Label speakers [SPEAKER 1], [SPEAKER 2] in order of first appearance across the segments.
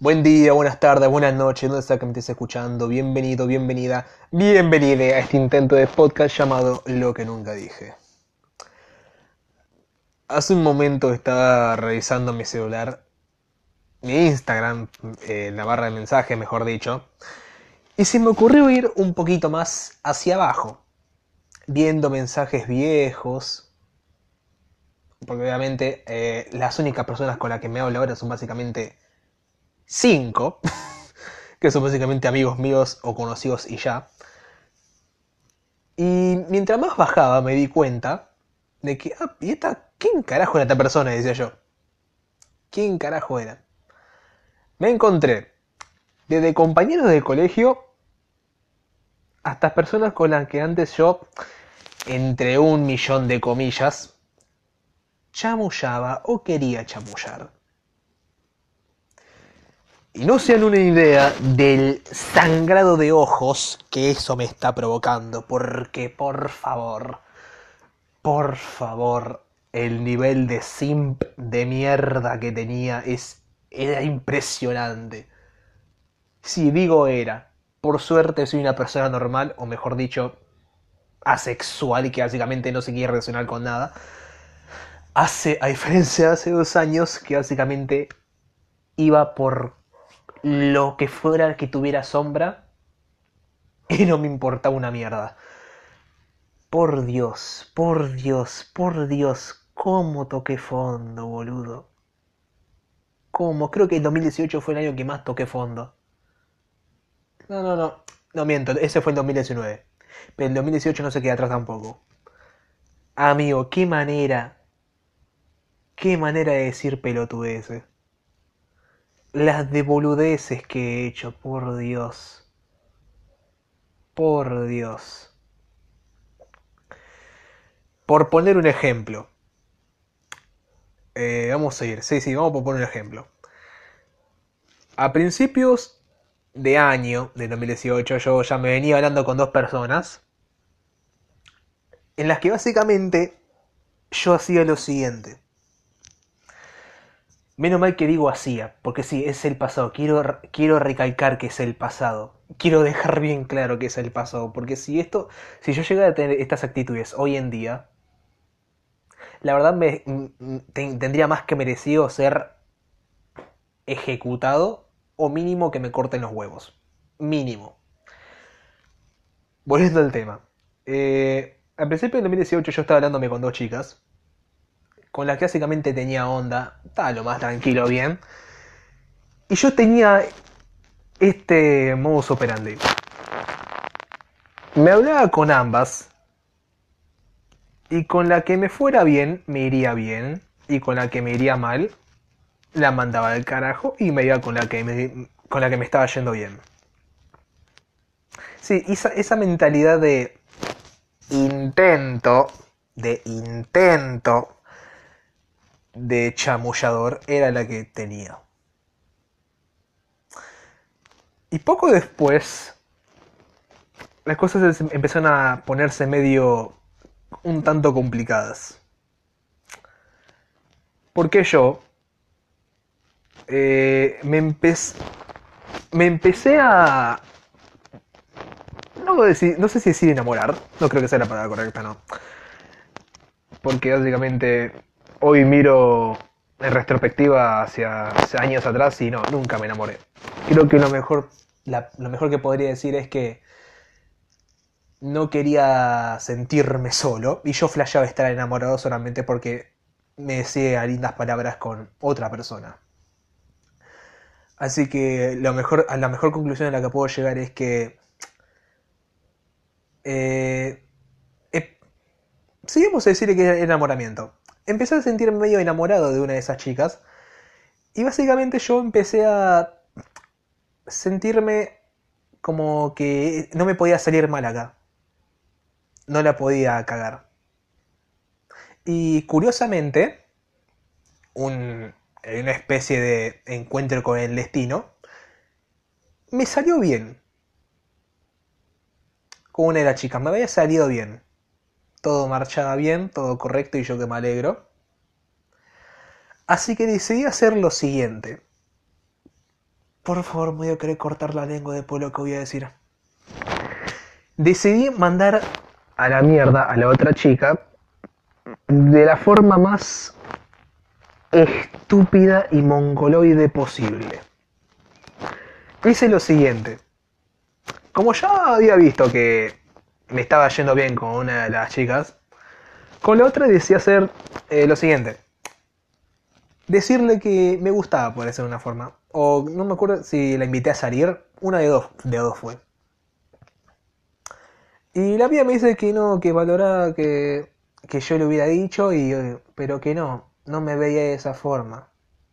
[SPEAKER 1] Buen día, buenas tardes, buenas noches, donde sea que me estés escuchando. Bienvenido, bienvenida, bienvenide a este intento de podcast llamado Lo que nunca dije. Hace un momento estaba revisando mi celular, mi Instagram, la barra de mensajes, mejor dicho, y se me ocurrió ir un poquito más hacia abajo, viendo mensajes viejos, porque obviamente las únicas personas con las que me hablo ahora son básicamente 5, que son básicamente amigos míos o conocidos y ya. Y mientras más bajaba me di cuenta de que, ¿y esta? ¿Quién carajo era esta persona? Decía yo. ¿Quién carajo era? Me encontré desde compañeros del colegio hasta personas con las que antes yo, entre un millón de comillas, chamullaba o quería chamullar. Y no se dan una idea del sangrado de ojos que eso me está provocando, porque por favor, el nivel de simp de mierda que tenía era impresionante. Si digo era, por suerte soy una persona normal, o mejor dicho, asexual y que básicamente no se quiere relacionar con nada. A diferencia de hace 2 años, que básicamente iba por lo que fuera que tuviera sombra y no me importaba una mierda. Por Dios, por Dios, por Dios, cómo toqué fondo, boludo. ¿Cómo? Creo que el 2018 fue el año que más toqué fondo. No miento, ese fue el 2019. Pero el 2018 no se queda atrás tampoco. Amigo, qué manera de decir pelotudeces. Las de boludeces que he hecho, por Dios. Por Dios. Por poner un ejemplo. Vamos a ir, sí, vamos a poner un ejemplo. A principios de año, de 2018, yo ya me venía hablando con dos personas en las que básicamente yo hacía lo siguiente. Menos mal que digo hacía, porque sí, es el pasado. Quiero recalcar que es el pasado. Quiero dejar bien claro que es el pasado, porque si yo llegara a tener estas actitudes hoy en día, la verdad tendría más que merecido ser ejecutado o mínimo que me corten los huevos. Mínimo. Volviendo al tema. Al principio del 2018 yo estaba hablándome con dos chicas, con las que básicamente tenía onda, estaba lo más tranquilo, bien. Y yo tenía este modus operandi. Me hablaba con ambas, y con la que me fuera bien, me iría bien, y con la que me iría mal, la mandaba del carajo y me iba con la que me estaba yendo bien. Sí, esa mentalidad intento, de intento, de chamullador era la que tenía. Y poco después, las cosas empezaron a ponerse medio un tanto complicadas. Porque yo me empecé a... no sé si decir enamorar, no creo que sea la palabra correcta, no. Porque básicamente hoy miro en retrospectiva hacia años atrás y no, nunca me enamoré. Creo que lo mejor que podría decir es que no quería sentirme solo y yo flasheaba estar enamorado solamente porque me decía lindas palabras con otra persona. Así que a la mejor conclusión a la que puedo llegar es que eh, eh, sí, vamos a decir que era enamoramiento. Empecé a sentirme medio enamorado de una de esas chicas y básicamente yo empecé a sentirme como que no me podía salir mal acá. No la podía cagar. Y curiosamente, en una especie de encuentro con el destino, me salió bien. Con una de las chicas, me había salido bien. Todo marchaba bien, todo correcto y yo que me alegro. Así que decidí hacer lo siguiente. Por favor, me voy a querer cortar la lengua después de lo que voy a decir. Decidí mandar a la mierda a la otra chica de la forma más estúpida y mongoloide posible. Hice lo siguiente. Como ya había visto que me estaba yendo bien con una de las chicas, con la otra decidí hacer lo siguiente. Decirle que me gustaba, por decirlo de una forma. O no me acuerdo si la invité a salir. Una de dos fue. Y la mía me dice que no, que valoraba que yo le hubiera dicho, pero que no me veía de esa forma.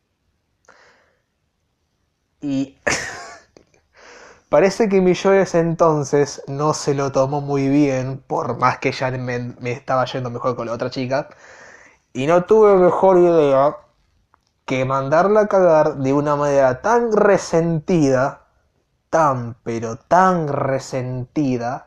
[SPEAKER 1] Y parece que mi yo de ese entonces no se lo tomó muy bien, por más que ya me estaba yendo mejor con la otra chica. Y no tuve mejor idea que mandarla a cagar de una manera tan resentida, tan pero tan resentida,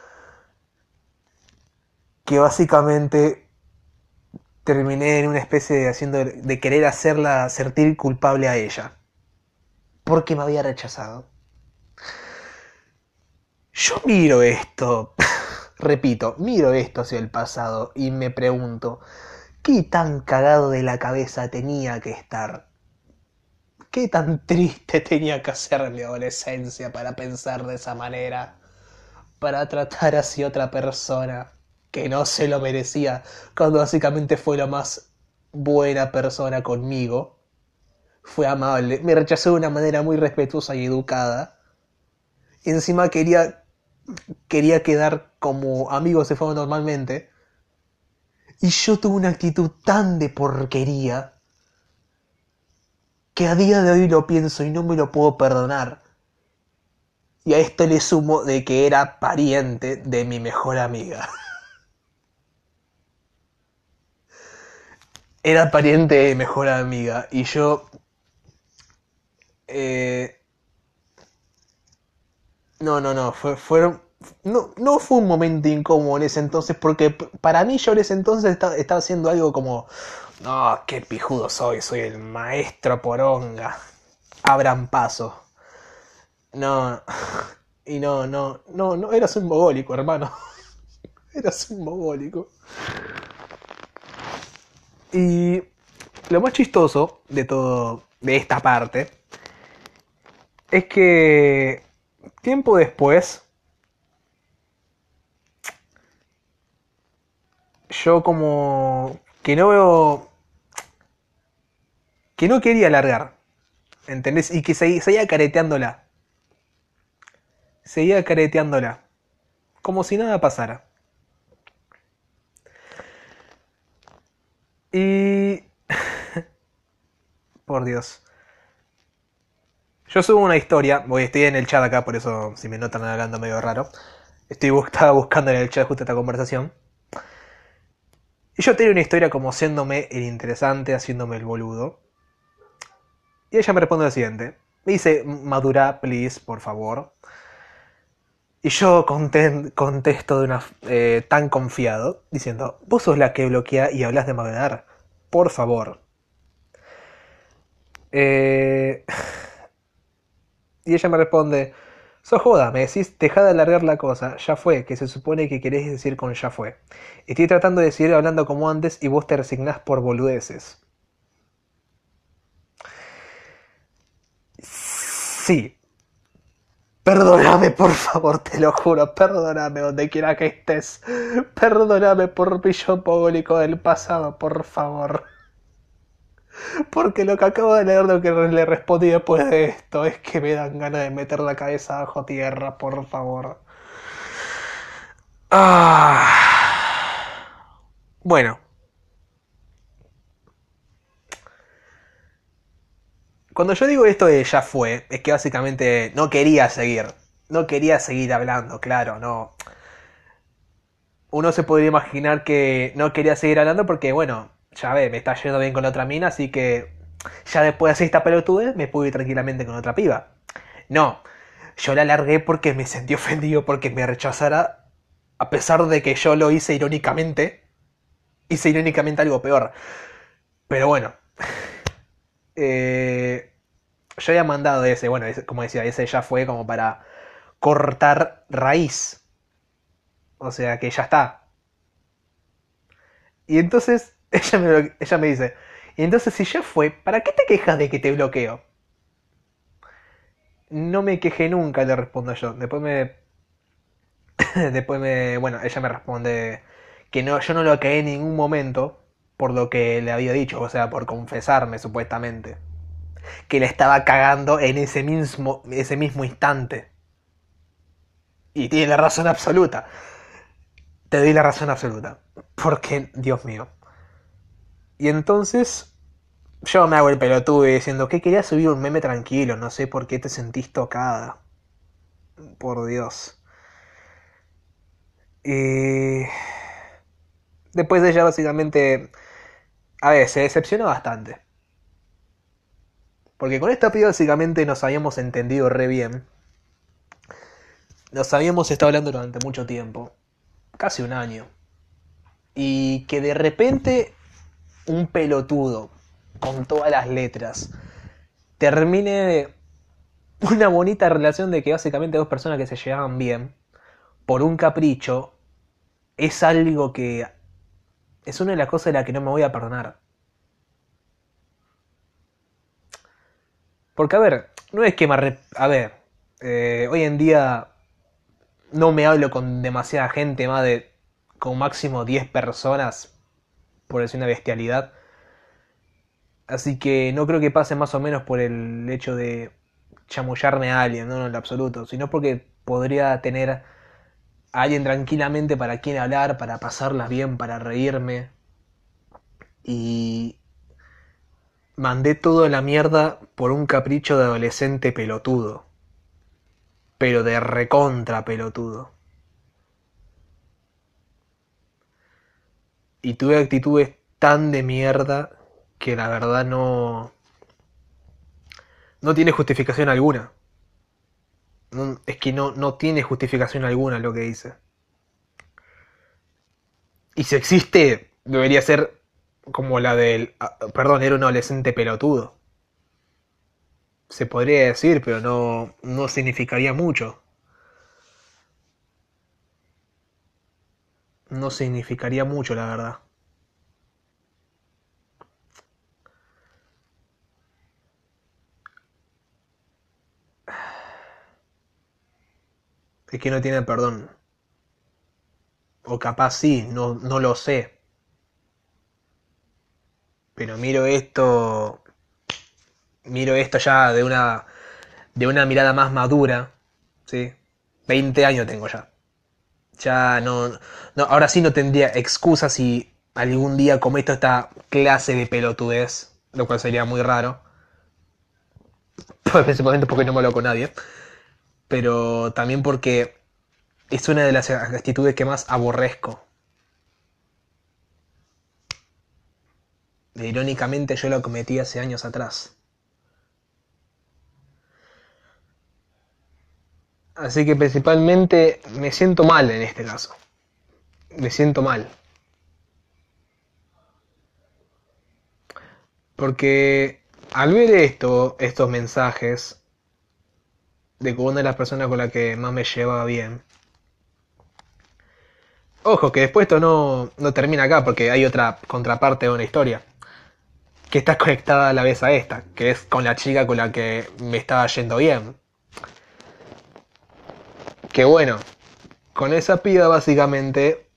[SPEAKER 1] que básicamente terminé en una especie de de querer hacerla sentir culpable a ella, porque me había rechazado. Yo miro esto, repito, miro esto hacia el pasado y me pregunto, ¿qué tan cagado de la cabeza tenía que estar? ¿Qué tan triste tenía que ser mi adolescencia para pensar de esa manera? Para tratar así a otra persona que no se lo merecía, cuando básicamente fue la más buena persona conmigo. Fue amable, me rechazó de una manera muy respetuosa y educada. Y encima quería quedar como amigos se fueron normalmente. Y yo tuve una actitud tan de porquería que a día de hoy lo pienso y no me lo puedo perdonar. Y a esto le sumo de que era pariente de mi mejor amiga. Era pariente de mi mejor amiga. Y yo... Eh, no, no fue un momento incómodo en ese entonces, porque para mí yo en ese entonces estaba haciendo algo como, no, qué pijudo soy el maestro poronga, abran paso. No, y no, eras un mogólico, hermano, eras un mogólico. Y lo más chistoso de todo, de esta parte, es que tiempo después, yo como que no veo, que no quería largar, ¿entendés? Y que seguía careteándola, seguía careteándola, como si nada pasara. Y... por Dios. Yo subo una historia, estoy en el chat acá, por eso si me notan hablando medio raro. Estaba buscando en el chat justo esta conversación. Y yo tenía una historia como haciéndome el interesante, haciéndome el boludo. Y ella me responde lo siguiente. Me dice, madura, please, por favor. Y yo contesto de una tan confiado, diciendo, vos sos la que bloquea y hablas de madurar. Por favor. Eh... Y ella me responde, sos joda, me decís, dejá de alargar la cosa, ya fue, que se supone que querés decir con ya fue. Estoy tratando de seguir hablando como antes y vos te resignás por boludeces. Sí. Perdóname, por favor, te lo juro, perdóname donde quiera que estés. Perdóname por mi yo público del pasado, por favor. Porque lo que acabo de leer, lo que le respondí después de esto, es que me dan ganas de meter la cabeza bajo tierra, por favor. Bueno, cuando yo digo esto de ya fue, es que básicamente no quería seguir. No quería seguir hablando, claro, no. Uno se podría imaginar que no quería seguir hablando porque, bueno, ya ve, me está yendo bien con la otra mina, así que ya después de hacer esta pelotudez me pude ir tranquilamente con otra piba. No, yo la largué porque me sentí ofendido porque me rechazara, a pesar de que yo lo hice irónicamente. Hice irónicamente algo peor. Pero bueno. Eh, yo había mandado ese, bueno, como decía, ese ya fue como para cortar raíz. O sea que ya está. Y entonces ella me dice, y entonces si ya fue, ¿para qué te quejas de que te bloqueo? No me quejé nunca, le respondo yo. Bueno, ella me responde que no, yo no lo caí en ningún momento por lo que le había dicho, o sea, por confesarme supuestamente, que le estaba cagando en ese mismo instante. Y tiene la razón absoluta. Te doy la razón absoluta. Porque, Dios mío. Y entonces yo me hago el pelotudo diciendo que quería subir un meme tranquilo, no sé por qué te sentís tocada. Por Dios. Y después ella básicamente, a ver, se decepcionó bastante. Porque con esta piba básicamente nos habíamos entendido re bien. Nos habíamos estado hablando durante mucho tiempo. Casi un año. Y que de repente un pelotudo, con todas las letras, termine una bonita relación de que básicamente dos personas que se llevaban bien, por un capricho, es algo que es una de las cosas de las que no me voy a perdonar. Porque, a ver, no es que a ver, hoy en día no me hablo con demasiada gente, más de con máximo 10 personas, por decir una bestialidad. Así que no creo que pase más o menos por el hecho de chamullarme a alguien, no, no en lo absoluto, sino porque podría tener a alguien tranquilamente para quien hablar, para pasarlas bien, para reírme. Y mandé todo a la mierda por un capricho de adolescente pelotudo. Pero de recontra pelotudo. Y tuve actitudes tan de mierda que la verdad no tiene justificación alguna. Es que no tiene justificación alguna lo que hice. Y si existe, debería ser como la del... Perdón, era un adolescente pelotudo. Se podría decir, pero no significaría mucho. No significaría mucho, la verdad. Es que no tiene perdón. O capaz sí, no lo sé. Pero miro esto ya de una mirada más madura, ¿sí? 20 años tengo ya. Ya ahora sí no tendría excusa si algún día cometo esta clase de pelotudez, lo cual sería muy raro, principalmente porque no me hablo con nadie, pero también porque es una de las actitudes que más aborrezco. Irónicamente yo lo cometí hace años atrás. Así que principalmente me siento mal en este caso. Me siento mal. Porque al ver estos mensajes de que una de las personas con la que más me llevaba bien. Ojo, que después esto no termina acá porque hay otra contraparte de una historia. Que está conectada a la vez a esta, que es con la chica con la que me estaba yendo bien. Que bueno, con esa piba básicamente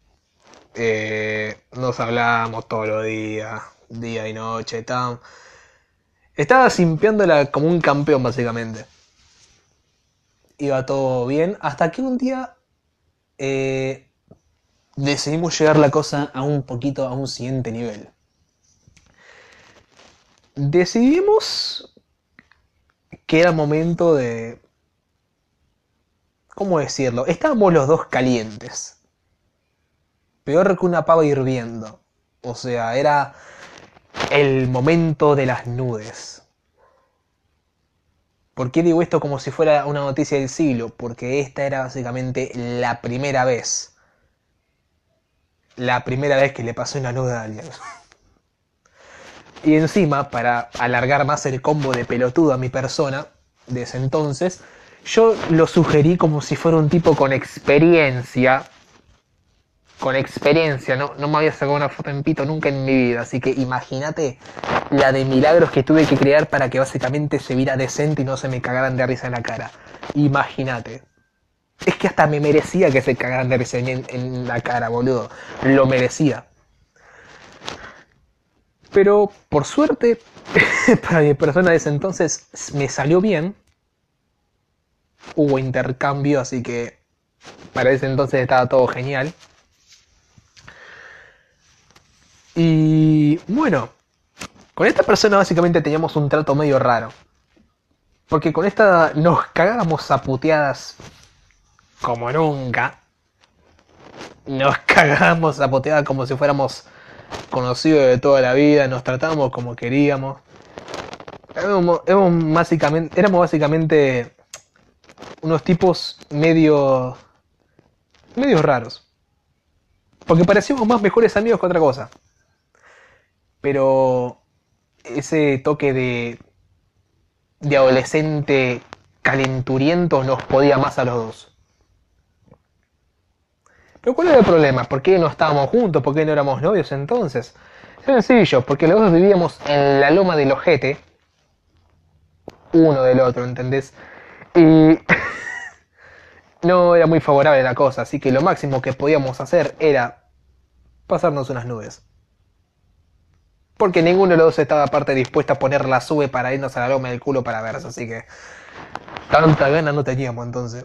[SPEAKER 1] nos hablábamos todos los días, día y noche, tal. Estaba simpiándola como un campeón básicamente. Iba todo bien, hasta que un día eh, decidimos llegar la cosa a un poquito a un siguiente nivel. Decidimos que era momento de... ¿Cómo decirlo? Estábamos los dos calientes. Peor que una pava hirviendo. O sea, era el momento de las nudes. ¿Por qué digo esto como si fuera una noticia del siglo? Porque esta era básicamente la primera vez. La primera vez que le pasó una nude a alguien. Y encima, para alargar más el combo de pelotudo a mi persona de ese entonces, yo lo sugerí como si fuera un tipo con experiencia. Con experiencia, no me había sacado una foto en pito nunca en mi vida. Así que imagínate la de milagros que tuve que crear para que básicamente se viera decente y no se me cagaran de risa en la cara. Imagínate. Es que hasta me merecía que se cagaran de risa en la cara, boludo. Lo merecía. Pero por suerte, para mi persona de ese entonces me salió bien. Hubo intercambio, así que para ese entonces estaba todo genial. Y bueno, con esta persona básicamente teníamos un trato medio raro. Porque con esta nos cagábamos a puteadas como nunca. Nos cagábamos a puteadas como si fuéramos conocidos de toda la vida. Nos tratábamos como queríamos. Éramos básicamente unos tipos medio raros. Porque parecíamos más mejores amigos que otra cosa. Pero ese toque de adolescente calenturiento nos podía más a los dos. Pero ¿cuál era el problema? ¿Por qué no estábamos juntos? ¿Por qué no éramos novios entonces? Es sencillo, porque los dos vivíamos en la loma del ojete, uno del otro, ¿entendés? Y no era muy favorable la cosa, así que lo máximo que podíamos hacer era pasarnos unas nubes. Porque ninguno de los dos estaba aparte dispuesto a poner la sube para irnos a la loma del culo para verse, así que tanta gana no teníamos entonces.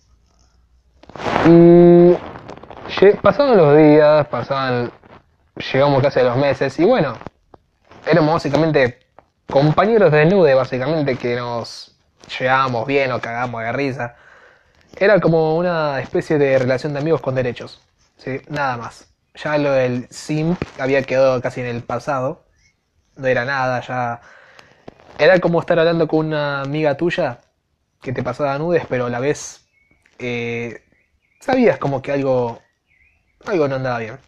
[SPEAKER 1] Y pasaban los días, llegamos casi a los meses y bueno, éramos básicamente compañeros de nude, básicamente que nos llevábamos bien o cagábamos de risa. Era como una especie de relación de amigos con derechos, ¿sí? Nada más. Ya lo del simp había quedado casi en el pasado, no era nada, ya era como estar hablando con una amiga tuya que te pasaba nudes, pero a la vez sabías como que algo no andaba bien.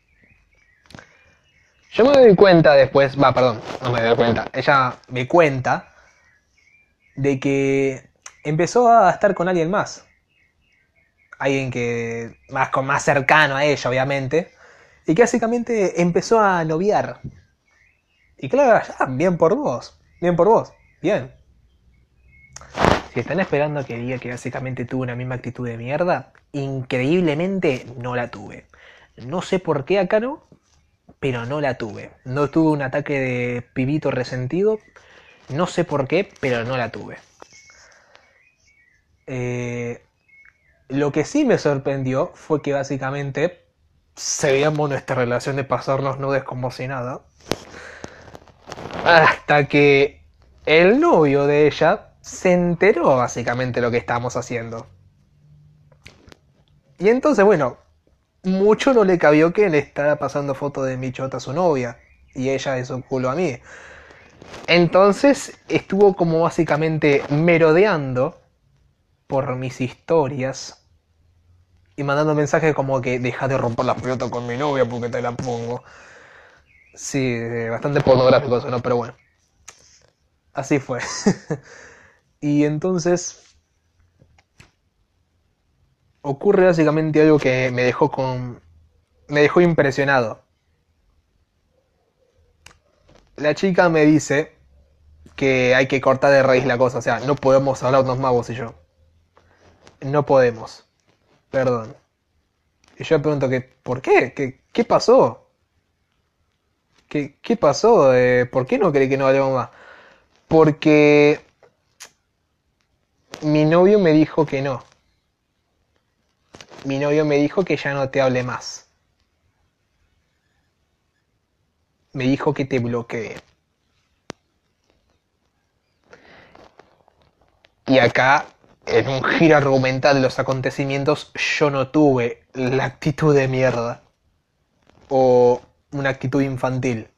[SPEAKER 1] Yo me doy cuenta después, perdón, no me doy cuenta, ella me cuenta de que empezó a estar con alguien más. Alguien que más cercano a ella, obviamente, y que básicamente empezó a noviar. Y claro, ya, bien por vos, bien. Si están esperando que diga que básicamente tuve una misma actitud de mierda, increíblemente no la tuve. No sé por qué acá no, pero no la tuve. No tuve un ataque de pibito resentido, no sé por qué, pero no la tuve. Lo que sí me sorprendió fue que básicamente seguíamos nuestra relación de pasarnos nudes como si nada. Hasta que el novio de ella se enteró básicamente lo que estábamos haciendo. Y entonces, bueno, mucho no le cabió que le estaba pasando fotos de mi chota a su novia y ella de su culo a mí. Entonces estuvo como básicamente merodeando por mis historias y mandando mensajes como que deja de romper las pelotas con mi novia porque te la pongo. Sí, bastante pornográfico eso, ¿no? Pero bueno, así fue. Y entonces ocurre básicamente algo que me dejó impresionado. La chica me dice que hay que cortar de raíz la cosa, o sea, no podemos hablarnos más vos y yo. No podemos. Perdón. Y yo pregunto que, ¿por qué? ¿Qué pasó? ¿Qué pasó? ¿Por qué no creí que no hablemos más? Porque mi novio me dijo que no. Mi novio me dijo que ya no te hable más. Me dijo que te bloquee. Y acá, en un giro argumental de los acontecimientos, yo no tuve la actitud de mierda. O una actitud infantil.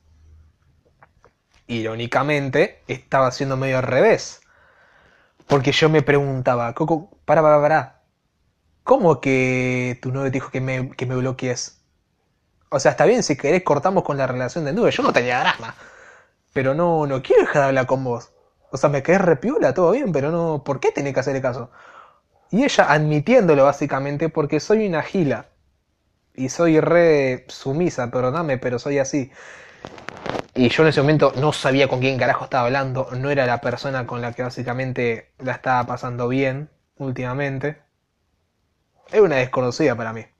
[SPEAKER 1] Irónicamente, estaba haciendo medio al revés. Porque yo me preguntaba, Coco, para. ¿Cómo que tu novio te dijo que me bloquees? O sea, está bien, si querés cortamos con la relación de nube. Yo no tenía drama. pero no quiero dejar de hablar con vos. O sea, me quedé repiola, todo bien, pero no, ¿por qué tenés que hacerle caso? Y ella admitiéndolo básicamente porque soy una gila. Y soy re sumisa, perdóname, pero soy así. Y yo en ese momento no sabía con quién carajo estaba hablando. No era la persona con la que básicamente la estaba pasando bien últimamente. Era una desconocida para mí.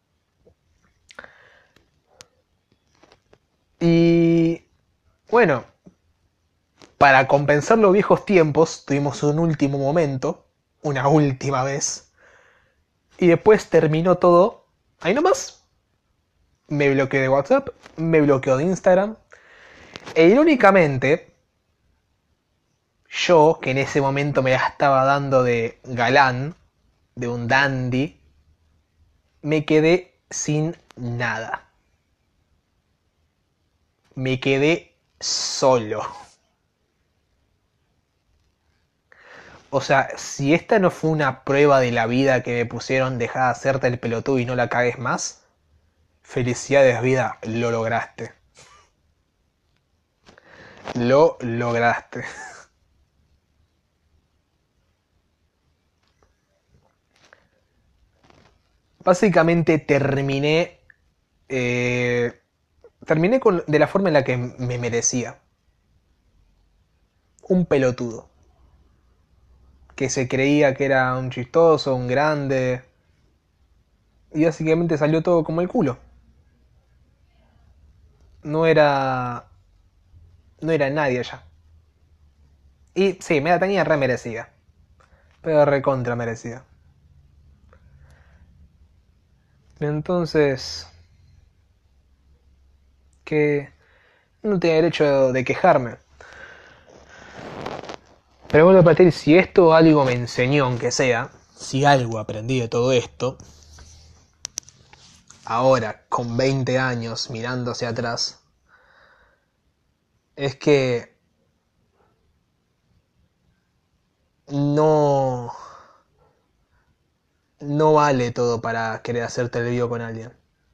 [SPEAKER 1] Y bueno, para compensar los viejos tiempos, tuvimos un último momento, una última vez. Y después terminó todo ahí nomás. Me bloqueó de WhatsApp, me bloqueó de Instagram. E irónicamente, yo, que en ese momento me la estaba dando de galán, de un dandy, me quedé sin nada. Me quedé solo. O sea, si esta no fue una prueba de la vida que me pusieron, deja de hacerte el pelotudo y no la cagues más, felicidades vida, lo lograste. Lo lograste. Básicamente eh, terminé de la forma en la que me merecía. Un pelotudo. Que se creía que era un chistoso, un grande. Y básicamente salió todo como el culo. No era. No era nadie ya. Y sí, me la tenía re merecida. Pero recontra merecida. Entonces. Que no tenía derecho de quejarme. Pero vuelvo a repetir, si esto algo me enseñó, aunque sea, si algo aprendí de todo esto, ahora con 20 años mirando hacia atrás, es que no, no vale todo para querer hacerte el vivo con alguien.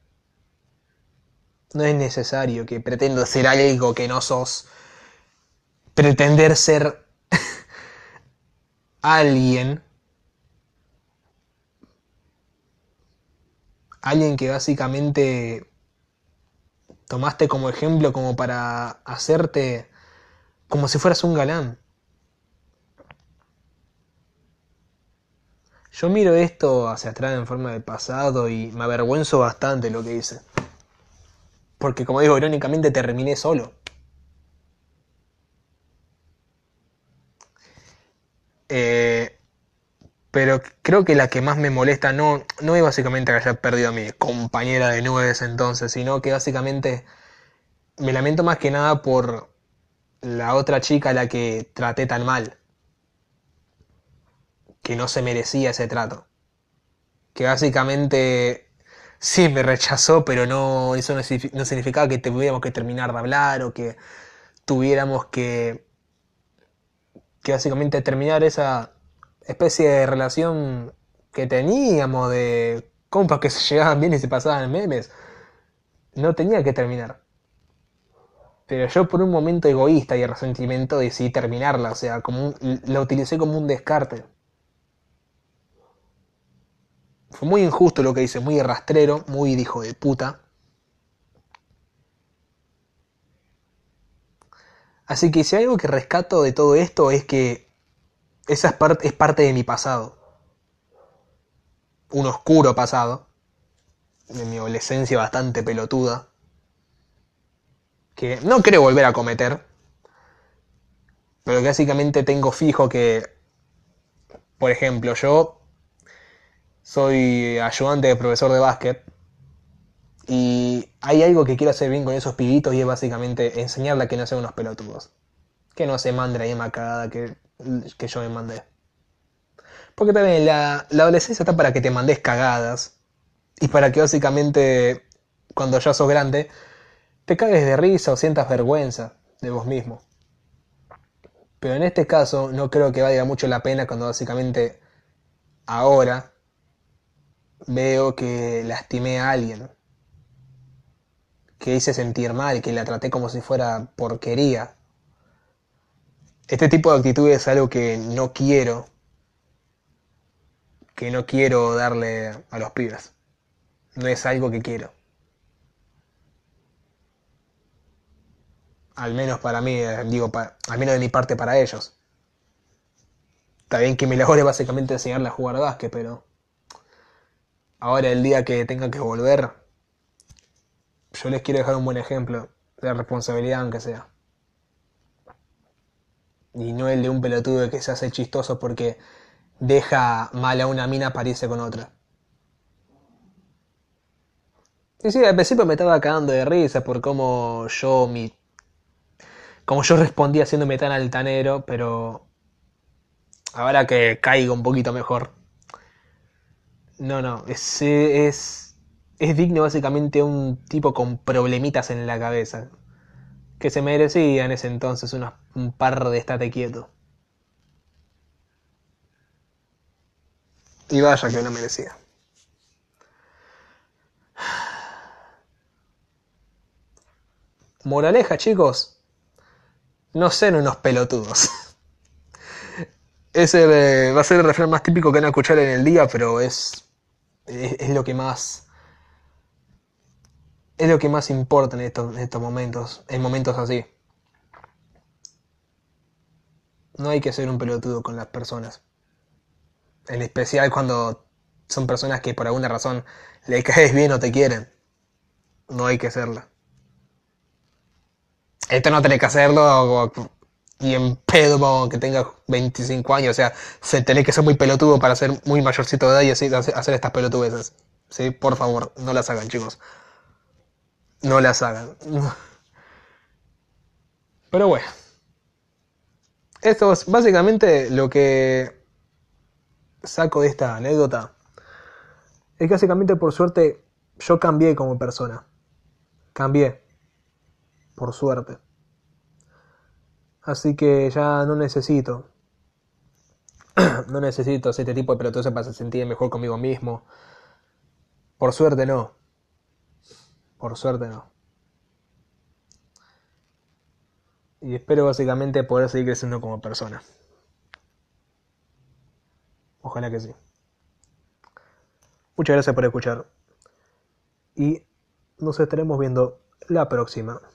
[SPEAKER 1] No es necesario que pretendas ser algo que no sos, pretender ser alguien, alguien que básicamente tomaste como ejemplo como para hacerte como si fueras un galán. Yo miro esto hacia atrás en forma de pasado y me avergüenzo bastante lo que hice. Porque como digo, irónicamente terminé solo. Eh, pero creo que la que más me molesta no es básicamente que haya perdido a mi compañera de nubes entonces, sino que básicamente me lamento más que nada por la otra chica a la que traté tan mal, que no se merecía ese trato. Que básicamente sí me rechazó, pero no, eso no significaba que tuviéramos que terminar de hablar o que tuviéramos que básicamente terminar esa especie de relación que teníamos de compas que se llegaban bien y se pasaban memes. No tenía que terminar. Pero yo por un momento egoísta y resentimiento decidí terminarla, o sea, la utilicé como un descarte. Fue muy injusto lo que hice, muy rastrero, muy de hijo de puta. Así que si hay algo que rescato de todo esto es que esa es parte de mi pasado. Un oscuro pasado, de mi adolescencia bastante pelotuda, que no creo volver a cometer, pero que básicamente tengo fijo que, por ejemplo, yo soy ayudante de profesor de básquet y hay algo que quiero hacer bien con esos pibitos y es básicamente enseñarle a que no sean unos pelotudos. Que no se mande la misma cagada que yo me mandé. Porque también la adolescencia está para que te mandes cagadas y para que básicamente cuando ya sos grande te cagues de risa o sientas vergüenza de vos mismo. Pero en este caso no creo que valga mucho la pena cuando básicamente ahora veo que lastimé a alguien, que hice sentir mal, que la traté como si fuera porquería. Este tipo de actitud es algo que no quiero darle a los pibes. No es algo que quiero. Al menos para mí, al menos de mi parte para ellos. Está bien que mi labor es básicamente enseñarles a jugar básquet, pero ahora el día que tenga que volver, yo les quiero dejar un buen ejemplo de responsabilidad aunque sea. Y no el de un pelotudo que se hace chistoso porque deja mal a una mina para irse con otra. Y sí, al principio me estaba cagando de risa por cómo yo respondía haciéndome tan altanero, pero ahora que caigo un poquito mejor. No, no, es digno básicamente un tipo con problemitas en la cabeza. Que se merecía en ese entonces un par de estate quieto. Y vaya que no merecía. Moraleja, chicos, no sean unos pelotudos. Ese va a ser el refrán más típico que van a escuchar en el día, pero es lo que más es lo que más importa en estos momentos, en momentos así. No hay que ser un pelotudo con las personas. En especial cuando son personas que por alguna razón le caes bien o te quieren. No hay que serla. Esto no tenés que hacerlo y en pedo como que tengas 25 años. O sea, se tenés que ser muy pelotudo para ser muy mayorcito de edad y así hacer estas pelotudeces. ¿Sí? Por favor, no las hagan, chicos. No las hagan. Pero bueno, esto es básicamente lo que saco de esta anécdota. Es que básicamente por suerte yo cambié como persona. Cambié, por suerte. Así que ya no necesito hacer este tipo de pelotudeces para sentirme mejor conmigo mismo. Por suerte no, por suerte no. Y espero básicamente poder seguir creciendo como persona. Ojalá que sí. Muchas gracias por escuchar y nos estaremos viendo la próxima.